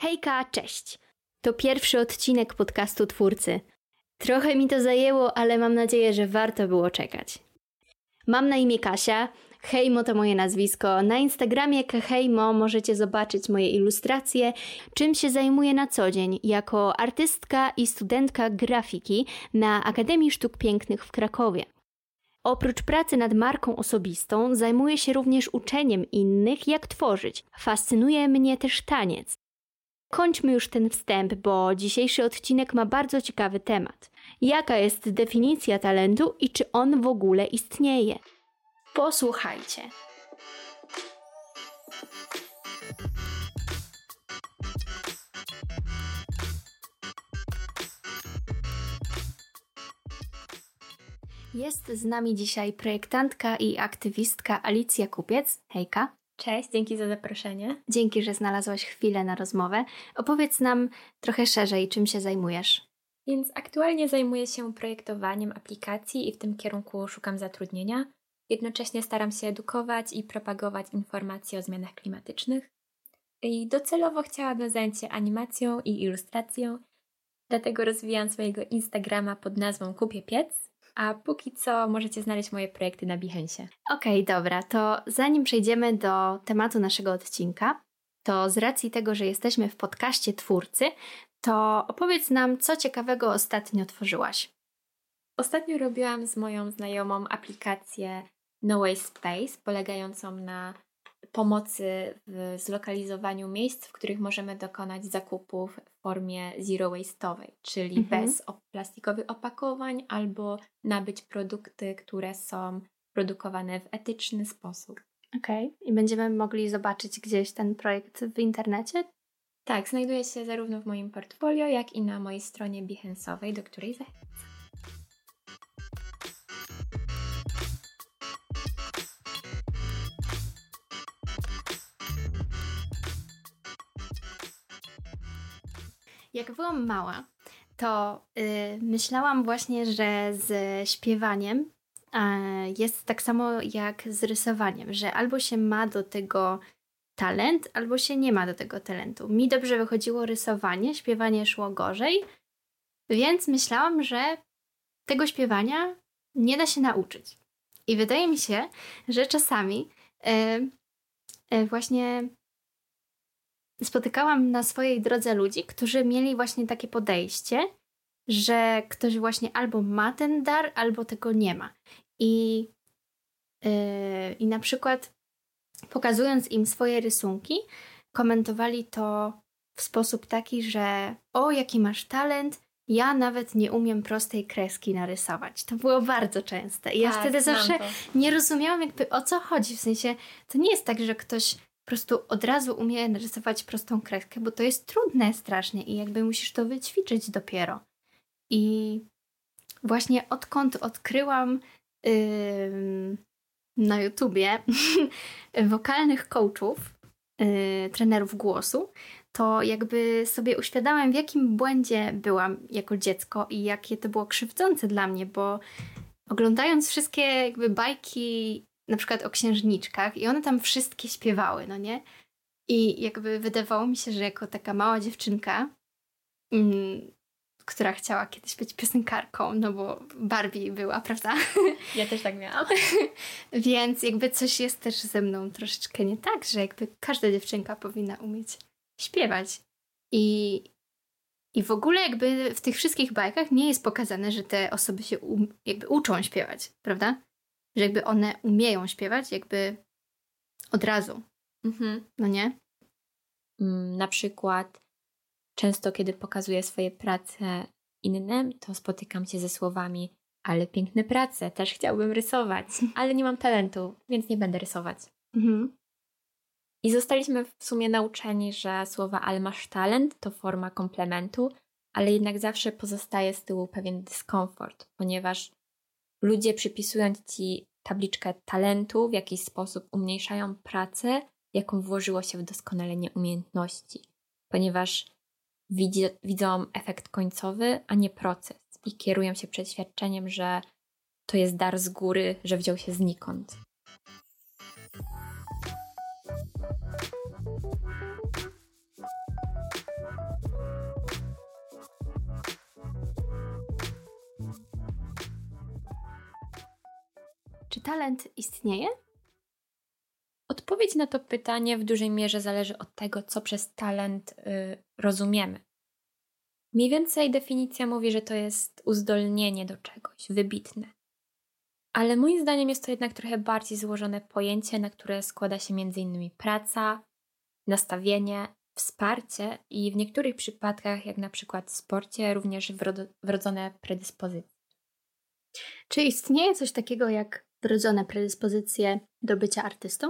Hejka, cześć! To pierwszy odcinek podcastu Twórcy. Trochę mi to zajęło, ale mam nadzieję, że warto było czekać. Mam na imię Kasia, Hejmo to moje nazwisko. Na Instagramie Hejmo możecie zobaczyć moje ilustracje, czym się zajmuję na co dzień jako artystka i studentka grafiki na Akademii Sztuk Pięknych w Krakowie. Oprócz pracy nad marką osobistą zajmuję się również uczeniem innych, jak tworzyć. Fascynuje mnie też taniec. Kończmy już ten wstęp, bo dzisiejszy odcinek ma bardzo ciekawy temat. Jaka jest definicja talentu i czy on w ogóle istnieje? Posłuchajcie. Jest z nami dzisiaj projektantka i aktywistka Alicja Kupiec. Hejka. Cześć, dzięki za zaproszenie. Dzięki, że znalazłaś chwilę na rozmowę. Opowiedz nam trochę szerzej, czym się zajmujesz. Więc aktualnie zajmuję się projektowaniem aplikacji i w tym kierunku szukam zatrudnienia. Jednocześnie staram się edukować i propagować informacje o zmianach klimatycznych. I docelowo chciałabym zająć się animacją i ilustracją, dlatego rozwijam swojego Instagrama pod nazwą Kupię Piec, a póki co możecie znaleźć moje projekty na Behance. Okej, dobra, to zanim przejdziemy do tematu naszego odcinka, to z racji tego, że jesteśmy w podcaście Twórcy, to opowiedz nam, co ciekawego ostatnio tworzyłaś. Ostatnio robiłam z moją znajomą aplikację No Waste Space, polegającą na pomocy w zlokalizowaniu miejsc, w których możemy dokonać zakupów w formie zero waste'owej, czyli bez plastikowych opakowań albo nabyć produkty, które są produkowane w etyczny sposób. Okej. I będziemy mogli zobaczyć gdzieś ten projekt w internecie? Tak, znajduje się zarówno w moim portfolio, jak i na mojej stronie Behance'owej, do której zachęcam. Jak byłam mała, to myślałam właśnie, że z śpiewaniem jest tak samo jak z rysowaniem, że albo się ma do tego talent, albo się nie ma do tego talentu. Mi dobrze wychodziło rysowanie, śpiewanie szło gorzej, więc myślałam, że tego śpiewania nie da się nauczyć. I wydaje mi się, że czasami właśnie spotykałam na swojej drodze ludzi, którzy mieli właśnie takie podejście, że ktoś właśnie albo ma ten dar, albo tego nie ma. I na przykład pokazując im swoje rysunki, komentowali to w sposób taki, że o, jaki masz talent, ja nawet nie umiem prostej kreski narysować. To było bardzo częste. I ja wtedy zawsze nie rozumiałam jakby o co chodzi. W sensie to nie jest tak, że ktoś po prostu od razu umie narysować prostą kreskę, bo to jest trudne strasznie i jakby musisz to wyćwiczyć dopiero. I właśnie odkąd odkryłam na YouTubie wokalnych coachów, trenerów głosu, to jakby sobie uświadamiam, w jakim błędzie byłam jako dziecko i jakie to było krzywdzące dla mnie, bo oglądając wszystkie jakby bajki na przykład o księżniczkach i one tam wszystkie śpiewały, no nie? I jakby wydawało mi się, że jako taka mała dziewczynka, która chciała kiedyś być piosenkarką, no bo Barbie była, prawda? Ja też tak miałam. Więc jakby coś jest też ze mną troszeczkę nie tak, że jakby każda dziewczynka powinna umieć śpiewać. I w ogóle jakby w tych wszystkich bajkach nie jest pokazane, że te osoby się jakby uczą śpiewać, prawda? Że jakby one umieją śpiewać jakby od razu. No nie? Na przykład często, kiedy pokazuję swoje prace innym, to spotykam się ze słowami: ale piękne prace, też chciałbym rysować, ale nie mam talentu, więc nie będę rysować. I zostaliśmy w sumie nauczeni, że słowa ale masz talent to forma komplementu, ale jednak zawsze pozostaje z tyłu pewien dyskomfort, ponieważ ludzie, przypisując ci tabliczkę talentu, w jakiś sposób umniejszają pracę, jaką włożyło się w doskonalenie umiejętności, ponieważ widzą efekt końcowy, a nie proces i kierują się przeświadczeniem, że to jest dar z góry, że wziął się znikąd. talent istnieje? Odpowiedź na to pytanie w dużej mierze zależy od tego, co przez talent rozumiemy. Mniej więcej definicja mówi, że to jest uzdolnienie do czegoś, wybitne. Ale moim zdaniem jest to jednak trochę bardziej złożone pojęcie, na które składa się m.in. praca, nastawienie, wsparcie i w niektórych przypadkach, jak na przykład w sporcie, również wrodzone predyspozycje. Czy istnieje coś takiego jak wrodzone predyspozycje do bycia artystą?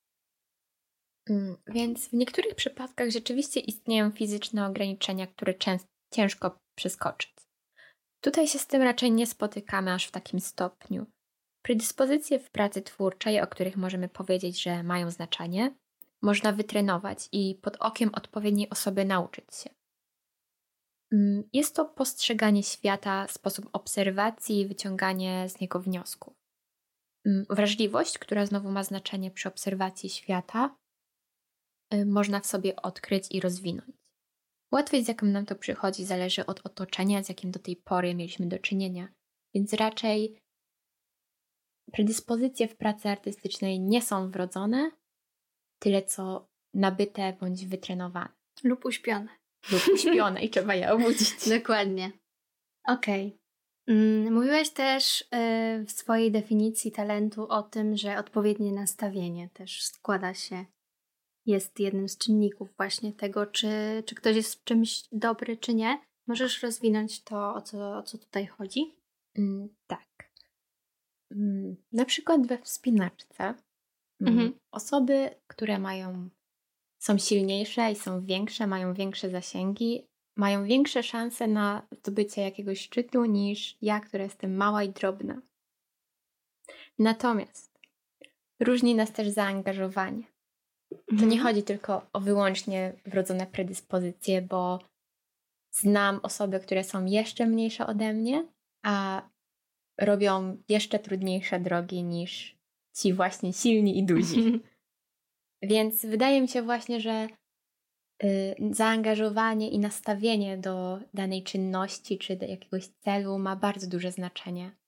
Więc w niektórych przypadkach rzeczywiście istnieją fizyczne ograniczenia, które ciężko przeskoczyć. Tutaj się z tym raczej nie spotykamy aż w takim stopniu. Predyspozycje w pracy twórczej, o których możemy powiedzieć, że mają znaczenie, można wytrenować i pod okiem odpowiedniej osoby nauczyć się. Jest to postrzeganie świata, sposób obserwacji i wyciąganie z niego wniosków. Wrażliwość, która znowu ma znaczenie przy obserwacji świata, można w sobie odkryć i rozwinąć. Łatwość, z jaką nam to przychodzi, zależy od otoczenia, z jakim do tej pory mieliśmy do czynienia, więc raczej predyspozycje w pracy artystycznej nie są wrodzone, tyle co nabyte bądź wytrenowane. Lub uśpione. Lub uśpione i trzeba je obudzić. Dokładnie. Okej. Mówiłeś też w swojej definicji talentu o tym, że odpowiednie nastawienie też składa się, jest jednym z czynników właśnie tego, czy ktoś jest w czymś dobry, czy nie. Możesz rozwinąć to, o co tutaj chodzi? Tak. Na przykład we wspinaczce osoby, które są silniejsze i są większe, mają większe zasięgi, mają większe szanse na zdobycie jakiegoś szczytu niż ja, która jestem mała i drobna. Natomiast różni nas też zaangażowanie. To nie chodzi tylko o wyłącznie wrodzone predyspozycje, bo znam osoby, które są jeszcze mniejsze ode mnie, a robią jeszcze trudniejsze drogi niż ci właśnie silni i duzi. Więc wydaje mi się właśnie, że zaangażowanie i nastawienie do danej czynności czy do jakiegoś celu ma bardzo duże znaczenie.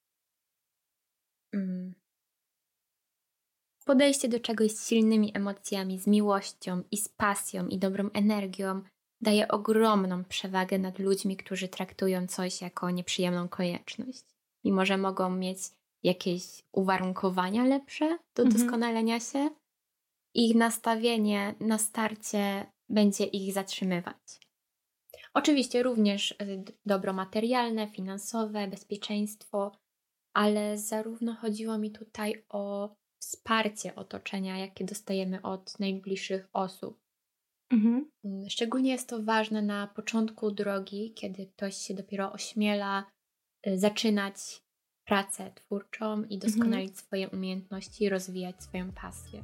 Podejście do czegoś z silnymi emocjami, z miłością i z pasją i dobrą energią daje ogromną przewagę nad ludźmi, którzy traktują coś jako nieprzyjemną konieczność. Mimo że mogą mieć jakieś uwarunkowania lepsze do doskonalenia się, ich nastawienie na starcie będzie ich zatrzymywać. Oczywiście również dobro materialne, finansowe, bezpieczeństwo, ale zarówno chodziło mi tutaj o wsparcie otoczenia, jakie dostajemy od najbliższych osób. Szczególnie jest to ważne na początku drogi, kiedy ktoś się dopiero ośmiela zaczynać pracę twórczą i doskonalić swoje umiejętności i rozwijać swoją pasję.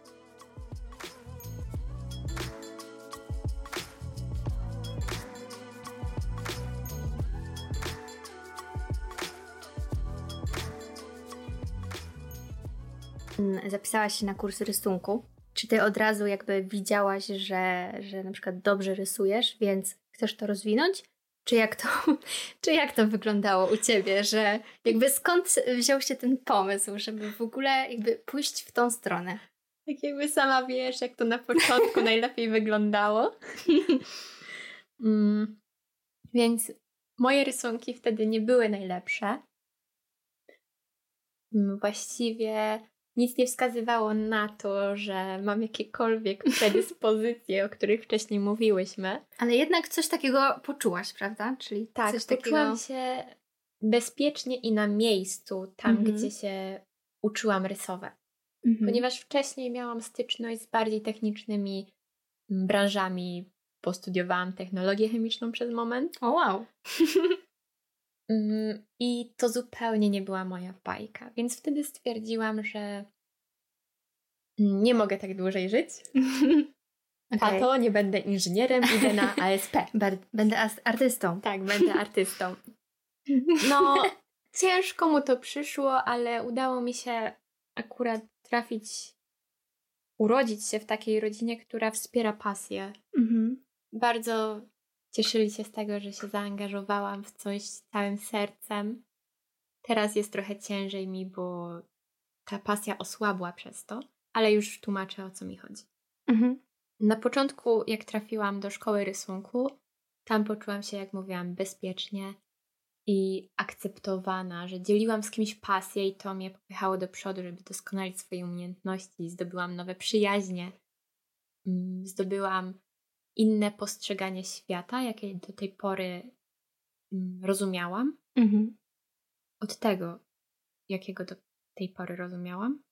Zapisałaś się na kurs rysunku. Czy ty od razu jakby widziałaś, że na przykład dobrze rysujesz, więc chcesz to rozwinąć? Czy jak to wyglądało u ciebie, że jakby skąd wziął się ten pomysł, żeby w ogóle jakby pójść w tą stronę? Tak jakby sama wiesz, jak to na początku najlepiej wyglądało. Więc moje rysunki wtedy nie były najlepsze. Właściwie nic nie wskazywało na to, że mam jakiekolwiek predyspozycje, o których wcześniej mówiłyśmy. Ale jednak coś takiego poczułaś, prawda? Czyli tak, coś poczułam się bezpiecznie i na miejscu, tam gdzie się uczyłam rysować. Ponieważ wcześniej miałam styczność z bardziej technicznymi branżami, postudiowałam technologię chemiczną przez moment. O wow! I to zupełnie nie była moja bajka, więc wtedy stwierdziłam, że nie mogę tak dłużej żyć. A to nie będę inżynierem, idę na ASP. Będę artystą. Tak, będę artystą. No, ciężko mu to przyszło, ale udało mi się akurat urodzić się w takiej rodzinie, która wspiera pasję. Bardzo cieszyli się z tego, że się zaangażowałam w coś całym sercem. Teraz jest trochę ciężej mi, bo ta pasja osłabła przez to, ale już tłumaczę, o co mi chodzi. Mhm. Na początku, jak trafiłam do szkoły rysunku, tam poczułam się, jak mówiłam, bezpiecznie i akceptowana, że dzieliłam z kimś pasję i to mnie popychało do przodu, żeby doskonalić swoje umiejętności. Zdobyłam nowe przyjaźnie, zdobyłam inne postrzeganie świata, jakie do tej pory rozumiałam. Mhm. Od tego, jakiego do tej pory rozumiałam.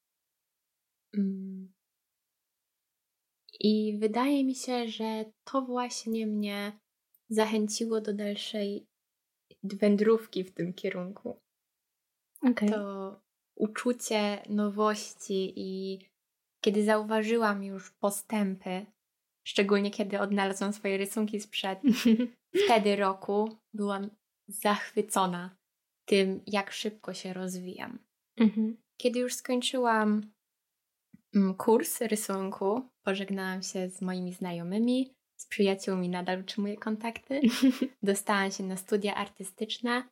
I wydaje mi się, że to właśnie mnie zachęciło do dalszej wędrówki w tym kierunku. Okay. To uczucie nowości i kiedy zauważyłam już postępy, szczególnie kiedy odnalazłam swoje rysunki sprzed wtedy roku, byłam zachwycona tym, jak szybko się rozwijam. Mhm. Kiedy już skończyłam kurs rysunku, pożegnałam się z moimi znajomymi, z przyjaciółmi nadal utrzymuję kontakty, dostałam się na studia artystyczne.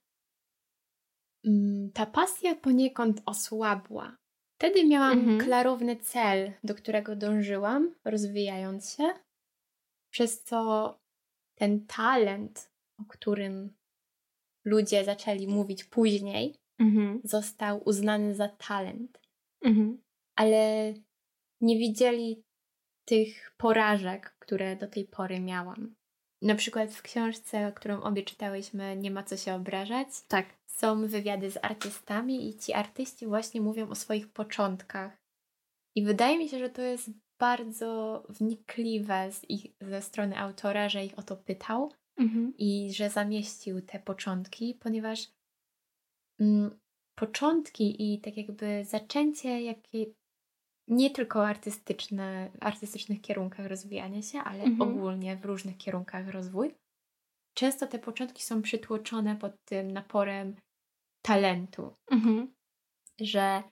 Ta pasja poniekąd osłabła. Wtedy miałam klarowny cel, do którego dążyłam, rozwijając się, przez co ten talent, o którym ludzie zaczęli mówić później, został uznany za talent. Ale nie widzieli tych porażek, które do tej pory miałam. Na przykład w książce, którą obie czytałyśmy, Nie ma co się obrażać. Tak. Są wywiady z artystami i ci artyści właśnie mówią o swoich początkach. I wydaje mi się, że to jest bardzo wnikliwe ze strony autora, że ich o to pytał i że zamieścił te początki, ponieważ początki i tak jakby zaczęcie nie tylko artystycznych kierunkach rozwijania się, ale ogólnie w różnych kierunkach rozwój. Często te początki są przytłoczone pod tym naporem talentu, że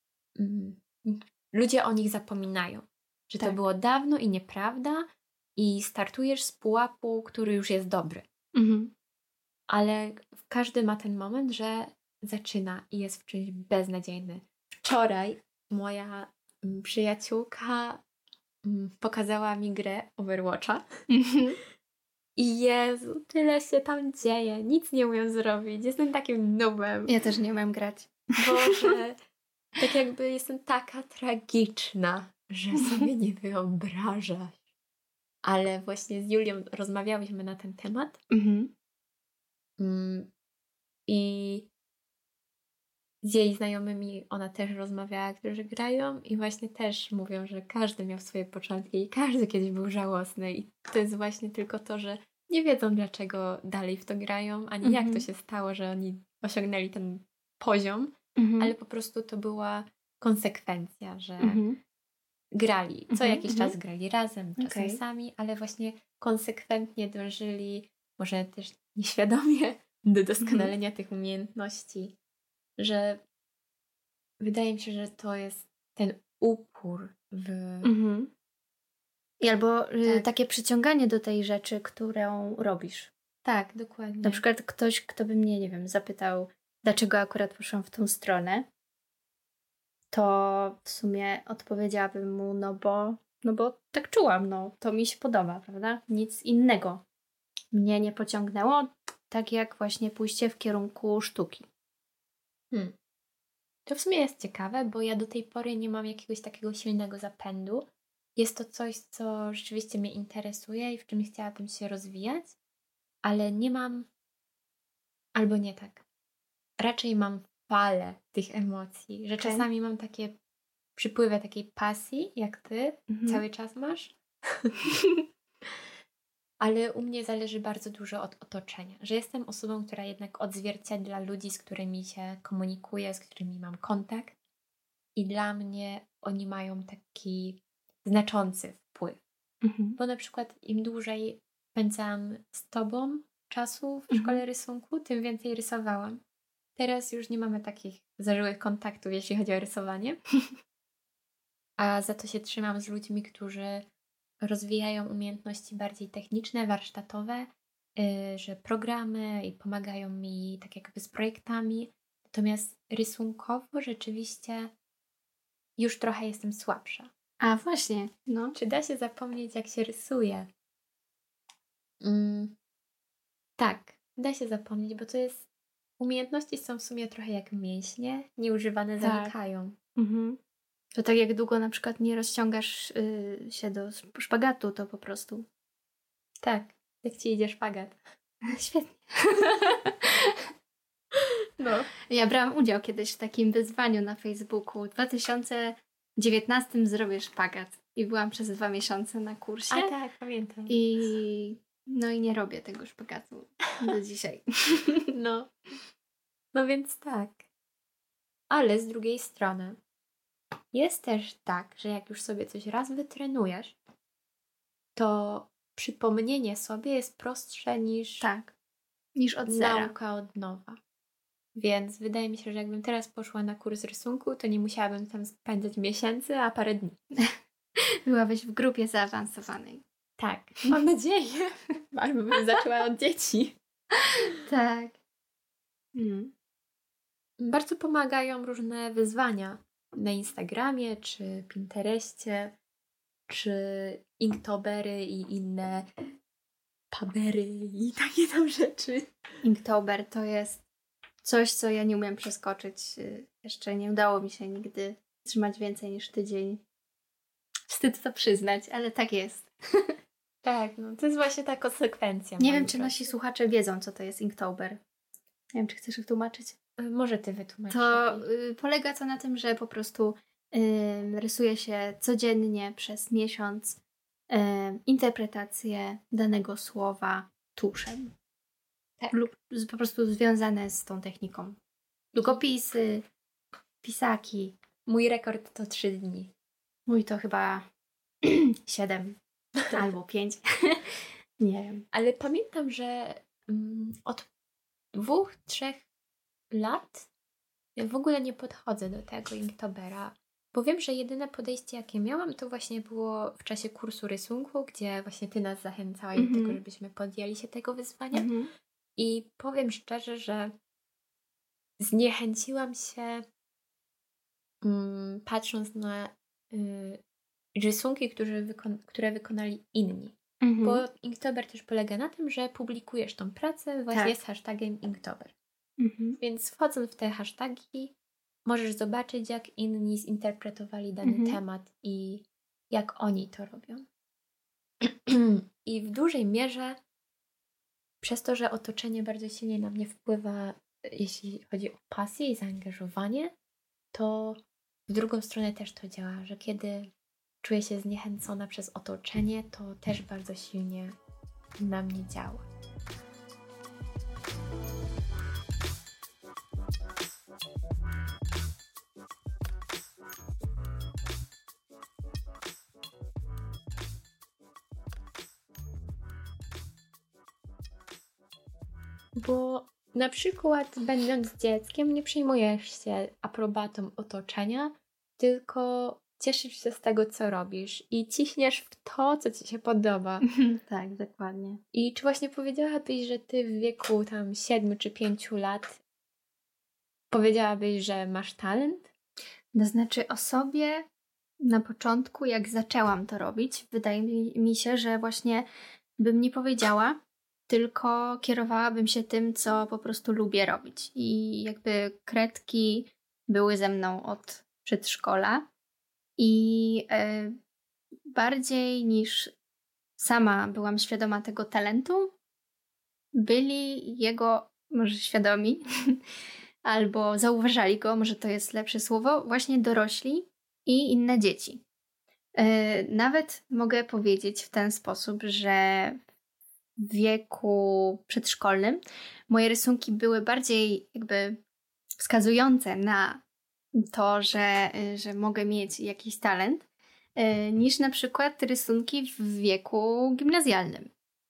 ludzie o nich zapominają, że to było dawno i nieprawda i startujesz z pułapu, który już jest dobry. Ale każdy ma ten moment, że zaczyna i jest w czymś beznadziejny. Wczoraj moja przyjaciółka pokazała mi grę Overwatcha i Jezu, tyle się tam dzieje, nic nie umiem zrobić, jestem takim noobem. Ja też nie umiem grać. Boże, tak jakby jestem taka tragiczna, że sobie nie wyobrażasz. Ale właśnie z Julią rozmawiałyśmy na ten temat i z jej znajomymi ona też rozmawiała, którzy grają i właśnie też mówią, że każdy miał swoje początki i każdy kiedyś był żałosny i to jest właśnie tylko to, że nie wiedzą, dlaczego dalej w to grają, ani jak to się stało, że oni osiągnęli ten poziom, ale po prostu to była konsekwencja, że grali. Co jakiś czas grali razem, czasem sami, ale właśnie konsekwentnie dążyli, może też nieświadomie, do doskonalenia tych umiejętności. Że wydaje mi się, że to jest ten upór I albo takie przyciąganie do tej rzeczy, którą robisz. Tak, dokładnie. Na przykład ktoś, kto by mnie, nie wiem, zapytał, dlaczego akurat poszłam w tą stronę, to w sumie odpowiedziałabym mu, no bo tak czułam, to mi się podoba, prawda? Nic innego mnie nie pociągnęło, tak jak właśnie pójście w kierunku sztuki. To w sumie jest ciekawe, bo ja do tej pory nie mam jakiegoś takiego silnego zapędu. Jest to coś, co rzeczywiście mnie interesuje i w czym chciałabym się rozwijać, ale nie mam, albo nie tak. Raczej mam falę tych emocji, że czasami mam takie przypływy takiej pasji, jak ty cały czas masz. Ale u mnie zależy bardzo dużo od otoczenia, że jestem osobą, która jednak odzwierciedla ludzi, z którymi się komunikuję, z którymi mam kontakt i dla mnie oni mają taki znaczący wpływ. Bo na przykład im dłużej spędzam z tobą czasu w szkole rysunku, tym więcej rysowałam. Teraz już nie mamy takich zażyłych kontaktów, jeśli chodzi o rysowanie. A za to się trzymam z ludźmi, którzy rozwijają umiejętności bardziej techniczne, warsztatowe, że programy i pomagają mi tak jakby z projektami. Natomiast rysunkowo rzeczywiście już trochę jestem słabsza. A właśnie, no. Czy da się zapomnieć, jak się rysuje? Tak, da się zapomnieć, bo to jest... Umiejętności są w sumie trochę jak mięśnie, nieużywane zanikają. To tak jak długo na przykład nie rozciągasz się do szpagatu, to po prostu... Tak, jak ci idzie szpagat. Świetnie. No. Ja brałam udział kiedyś w takim wyzwaniu na Facebooku. W 2019 zrobię szpagat. I byłam przez 2 miesiące na kursie. A tak, pamiętam. No i nie robię tego szpagatu do dzisiaj. No więc tak. Ale z drugiej strony jest też tak, że jak już sobie coś raz wytrenujesz, to przypomnienie sobie jest prostsze niż od zera. Nauka od nowa. Więc wydaje mi się, że jakbym teraz poszła na kurs rysunku, to nie musiałabym tam spędzać miesięcy, a parę dni. Byłabyś w grupie zaawansowanej. Tak, mam nadzieję. Albo bym zaczęła od dzieci. Tak. Bardzo pomagają różne wyzwania na Instagramie, czy Pinterestie, czy Inktobery i inne pabery i takie tam rzeczy. Inktober to jest coś, co ja nie umiem przeskoczyć. Jeszcze nie udało mi się nigdy trzymać więcej niż tydzień. Wstyd to przyznać, ale tak jest. Tak, no to jest właśnie ta konsekwencja. Nie wiem, czy nasi słuchacze wiedzą, co to jest Inktober. Nie wiem, czy chcesz wytłumaczyć? Może ty wytłumaczysz. To polega to na tym, że po prostu rysuje się codziennie przez miesiąc interpretację danego słowa tuszem. Tak. Lub po prostu związane z tą techniką. Długopisy, pisaki. Mój rekord to 3 dni. Mój to chyba 7 albo 5. Nie wiem. Ale pamiętam, że od 2-3 lat ja w ogóle nie podchodzę do tego Inktobera, bo wiem, że jedyne podejście, jakie miałam, to właśnie było w czasie kursu rysunku, gdzie właśnie ty nas zachęcałaś do tego, żebyśmy podjęli się tego wyzwania. I powiem szczerze, że zniechęciłam się patrząc na rysunki, które wykonali inni. Bo Inktober też polega na tym, że publikujesz tą pracę właśnie z hashtagiem Inktober. Więc wchodząc w te hasztagi, możesz zobaczyć, jak inni zinterpretowali dany temat i jak oni to robią. I w dużej mierze przez to, że otoczenie bardzo silnie na mnie wpływa, jeśli chodzi o pasję i zaangażowanie, to w drugą stronę też to działa, że kiedy czuję się zniechęcona przez otoczenie, to też bardzo silnie na mnie działa. Bo na przykład będąc dzieckiem nie przejmujesz się aprobatą otoczenia, tylko cieszysz się z tego, co robisz i ciśniesz w to, co ci się podoba. Tak, dokładnie. I czy właśnie powiedziałabyś, że ty w wieku tam 7 czy 5 lat powiedziałabyś, że masz talent? To znaczy o sobie na początku, jak zaczęłam to robić, wydaje mi się, że właśnie bym nie powiedziała, tylko kierowałabym się tym, co po prostu lubię robić. I jakby kredki były ze mną od przedszkola i bardziej niż sama byłam świadoma tego talentu, byli jego może świadomi albo zauważali go, może to jest lepsze słowo, właśnie dorośli i inne dzieci. Nawet mogę powiedzieć w ten sposób, że w wieku przedszkolnym moje rysunki były bardziej jakby wskazujące na to, że mogę mieć jakiś talent, niż na przykład rysunki w wieku gimnazjalnym.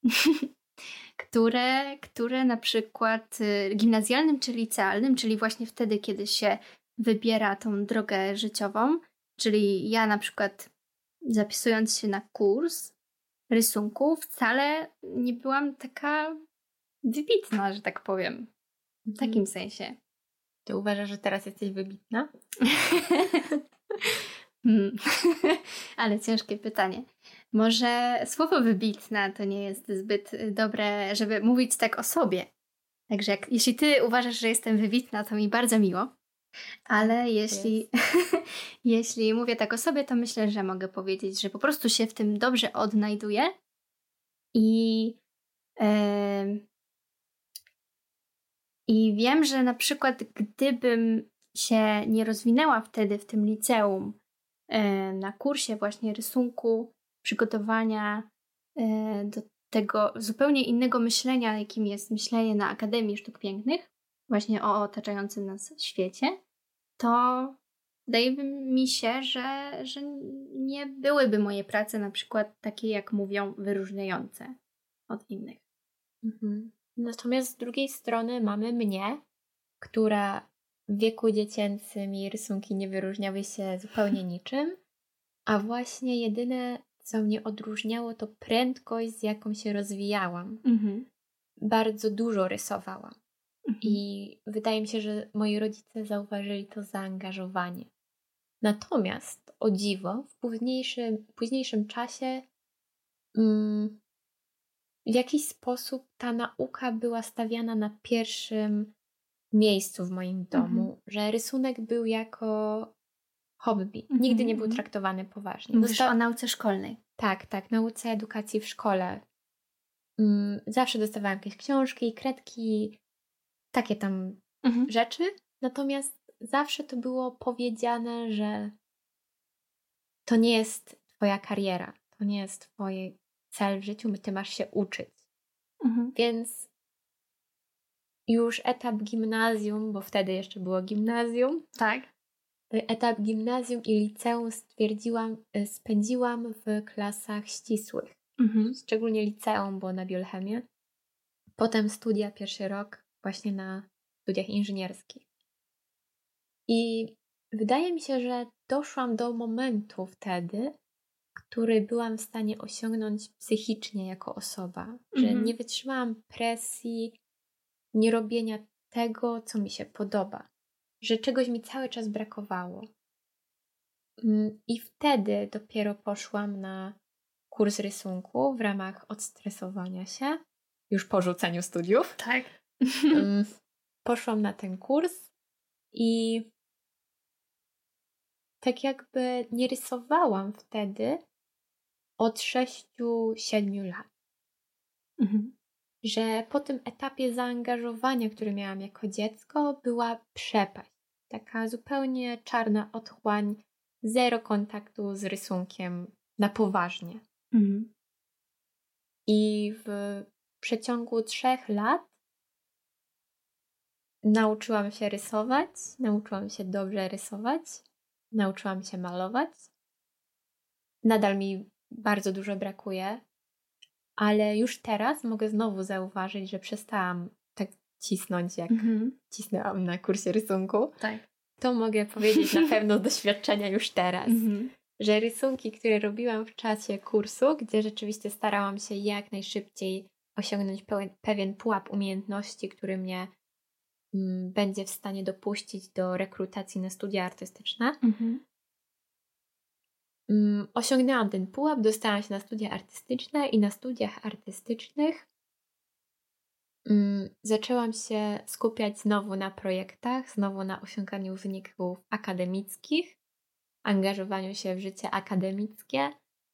które na przykład gimnazjalnym czy licealnym, czyli właśnie wtedy, kiedy się wybiera tą drogę życiową, czyli ja na przykład zapisując się na kurs rysunku wcale nie byłam taka wybitna, że tak powiem. W takim sensie. Ty uważasz, że teraz jesteś wybitna? Ale ciężkie pytanie. Może słowo wybitna to nie jest zbyt dobre, żeby mówić tak o sobie. Także jeśli ty uważasz, że jestem wybitna, to mi bardzo miło. Ale jeśli mówię tak o sobie, to myślę, że mogę powiedzieć, że po prostu się w tym dobrze odnajduję i wiem, że na przykład gdybym się nie rozwinęła wtedy w tym liceum na kursie właśnie rysunku, przygotowania do tego zupełnie innego myślenia, jakim jest myślenie na Akademii Sztuk Pięknych, właśnie o otaczającym nas świecie, to wydaje mi się, że nie byłyby moje prace na przykład takie, jak mówią, wyróżniające od innych. Natomiast z drugiej strony mamy mnie, która w wieku dziecięcym jej rysunki nie wyróżniały się zupełnie niczym, a właśnie jedyne, co mnie odróżniało, to prędkość, z jaką się rozwijałam. Bardzo dużo rysowałam. I wydaje mi się, że moi rodzice zauważyli to zaangażowanie. Natomiast, o dziwo, w późniejszym czasie w jakiś sposób ta nauka była stawiana na pierwszym miejscu w moim domu, że rysunek był jako hobby. Nigdy nie był traktowany poważnie. Mówisz o nauce szkolnej. Tak, nauce edukacji w szkole. Zawsze dostawałam jakieś książki, kredki, takie tam rzeczy. Natomiast zawsze to było powiedziane, że to nie jest twoja kariera, to nie jest twój cel w życiu, ty masz się uczyć. Więc już etap gimnazjum, bo wtedy jeszcze było gimnazjum. Tak. Etap gimnazjum i liceum spędziłam w klasach ścisłych. Szczególnie liceum, bo na biochemię. Potem studia, pierwszy rok właśnie na studiach inżynierskich. I wydaje mi się, że doszłam do momentu wtedy, który byłam w stanie osiągnąć psychicznie jako osoba. Że nie wytrzymałam presji, nie robienia tego, co mi się podoba. Że czegoś mi cały czas brakowało. I wtedy dopiero poszłam na kurs rysunku w ramach odstresowania się, już po rzuceniu studiów. Tak. Poszłam na ten kurs i tak jakby nie rysowałam wtedy od 6-7 lat. Że po tym etapie zaangażowania, który miałam jako dziecko, była przepaść. Taka zupełnie czarna otchłań, zero kontaktu z rysunkiem na poważnie. I w przeciągu 3 lat nauczyłam się rysować, nauczyłam się dobrze rysować, nauczyłam się malować. Nadal mi bardzo dużo brakuje, ale już teraz mogę znowu zauważyć, że przestałam tak cisnąć, jak cisnęłam na kursie rysunku. Tak. To mogę powiedzieć na pewno z doświadczenia już teraz. Że rysunki, które robiłam w czasie kursu, gdzie rzeczywiście starałam się jak najszybciej osiągnąć pewien pułap umiejętności, który mnie będzie w stanie dopuścić do rekrutacji na studia artystyczne. Osiągnęłam ten pułap, dostałam się na studia artystyczne i na studiach artystycznych zaczęłam się skupiać znowu na projektach, znowu na osiąganiu wyników akademickich, angażowaniu się w życie akademickie,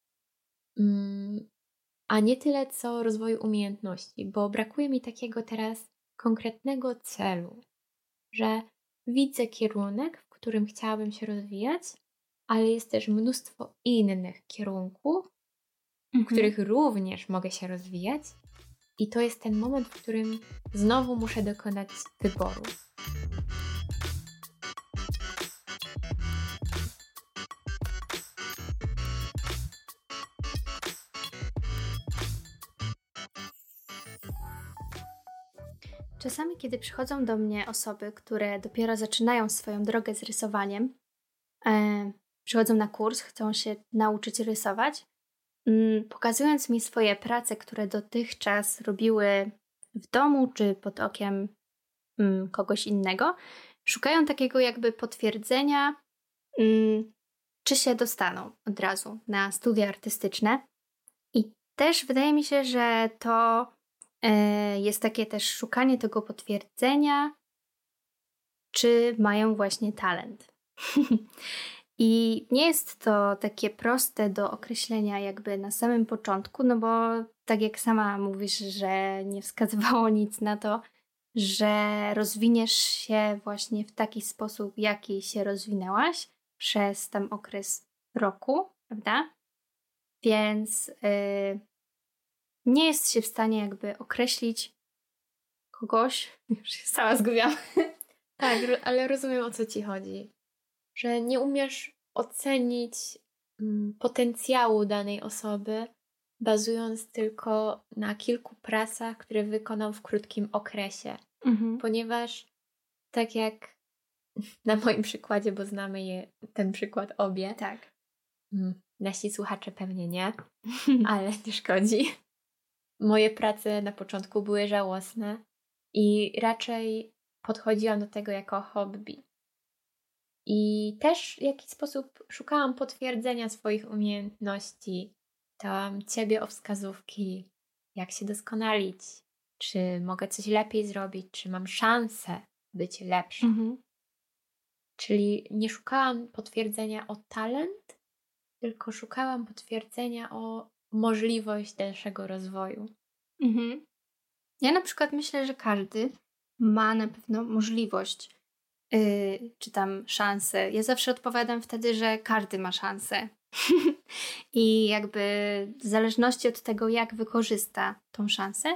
a nie tyle co rozwoju umiejętności, bo brakuje mi takiego teraz konkretnego celu, że widzę kierunek, w którym chciałabym się rozwijać, ale jest też mnóstwo innych kierunków, w których również mogę się rozwijać i to jest ten moment, w którym znowu muszę dokonać wyboru. Czasami, kiedy przychodzą do mnie osoby, które dopiero zaczynają swoją drogę z rysowaniem, przychodzą na kurs, chcą się nauczyć rysować, pokazując mi swoje prace, które dotychczas robiły w domu czy pod okiem kogoś innego, szukają takiego jakby potwierdzenia, czy się dostaną od razu na studia artystyczne. I też wydaje mi się, że to jest takie też szukanie tego potwierdzenia, czy mają właśnie talent. I nie jest to takie proste do określenia jakby na samym początku, no bo tak jak sama mówisz, że nie wskazywało nic na to, że rozwiniesz się właśnie w taki sposób, jaki się rozwinęłaś przez tam okres roku, prawda? Więc nie jest się w stanie jakby określić kogoś, już się sama zgubiłam. Tak, ale rozumiem, o co ci chodzi. Że nie umiesz ocenić potencjału danej osoby, bazując tylko na kilku pracach, które wykonał w krótkim okresie. Ponieważ tak jak na moim przykładzie, bo znamy ten przykład obie. Tak. Nasi słuchacze pewnie nie, ale nie szkodzi. Moje prace na początku były żałosne i raczej podchodziłam do tego jako hobby. I też w jakiś sposób szukałam potwierdzenia swoich umiejętności. Pytałam Ciebie o wskazówki, jak się doskonalić, czy mogę coś lepiej zrobić, czy mam szansę być lepsza. Czyli nie szukałam potwierdzenia o talent, tylko szukałam potwierdzenia o możliwość dalszego rozwoju. Ja na przykład myślę, że każdy ma na pewno możliwość, czy tam szansę. Ja zawsze odpowiadam wtedy, że każdy ma szansę. I jakby w zależności od tego, jak wykorzysta tą szansę,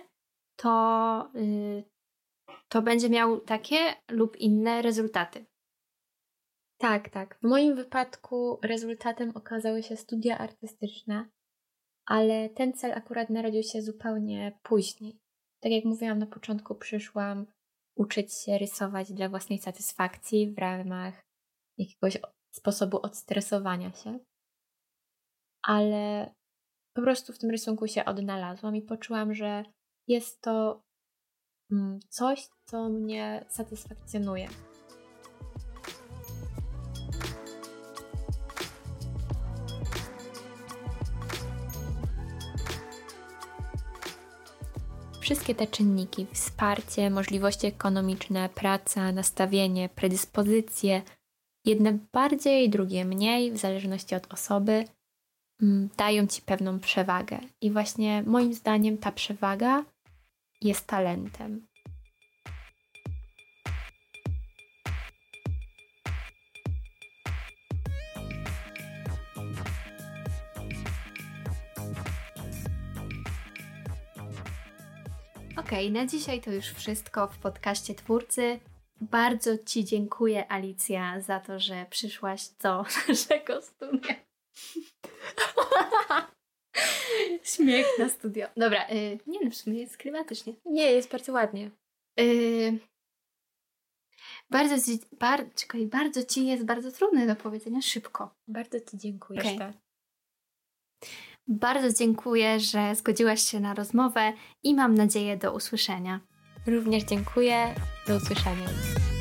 to będzie miał takie lub inne rezultaty. Tak. W moim wypadku rezultatem okazały się studia artystyczne, ale ten cel akurat narodził się zupełnie później. Tak jak mówiłam na początku, przyszłam uczyć się rysować dla własnej satysfakcji w ramach jakiegoś sposobu odstresowania się. Ale po prostu w tym rysunku się odnalazłam i poczułam, że jest to coś, co mnie satysfakcjonuje. Wszystkie te czynniki, wsparcie, możliwości ekonomiczne, praca, nastawienie, predyspozycje, jedne bardziej, drugie mniej, w zależności od osoby, dają Ci pewną przewagę. I właśnie moim zdaniem ta przewaga jest talentem. Okej, na dzisiaj to już wszystko w podcaście Twórcy. Bardzo Ci dziękuję, Alicja, za to, że przyszłaś do naszego studia. Śmiech na studio. Dobra, nie no, w sumie jest klimatycznie. Nie, jest bardzo ładnie. Bardzo Ci jest bardzo trudne do powiedzenia szybko. Bardzo Ci dziękuję. Okay. Bardzo dziękuję, że zgodziłaś się na rozmowę i mam nadzieję do usłyszenia. Również dziękuję. Do usłyszenia.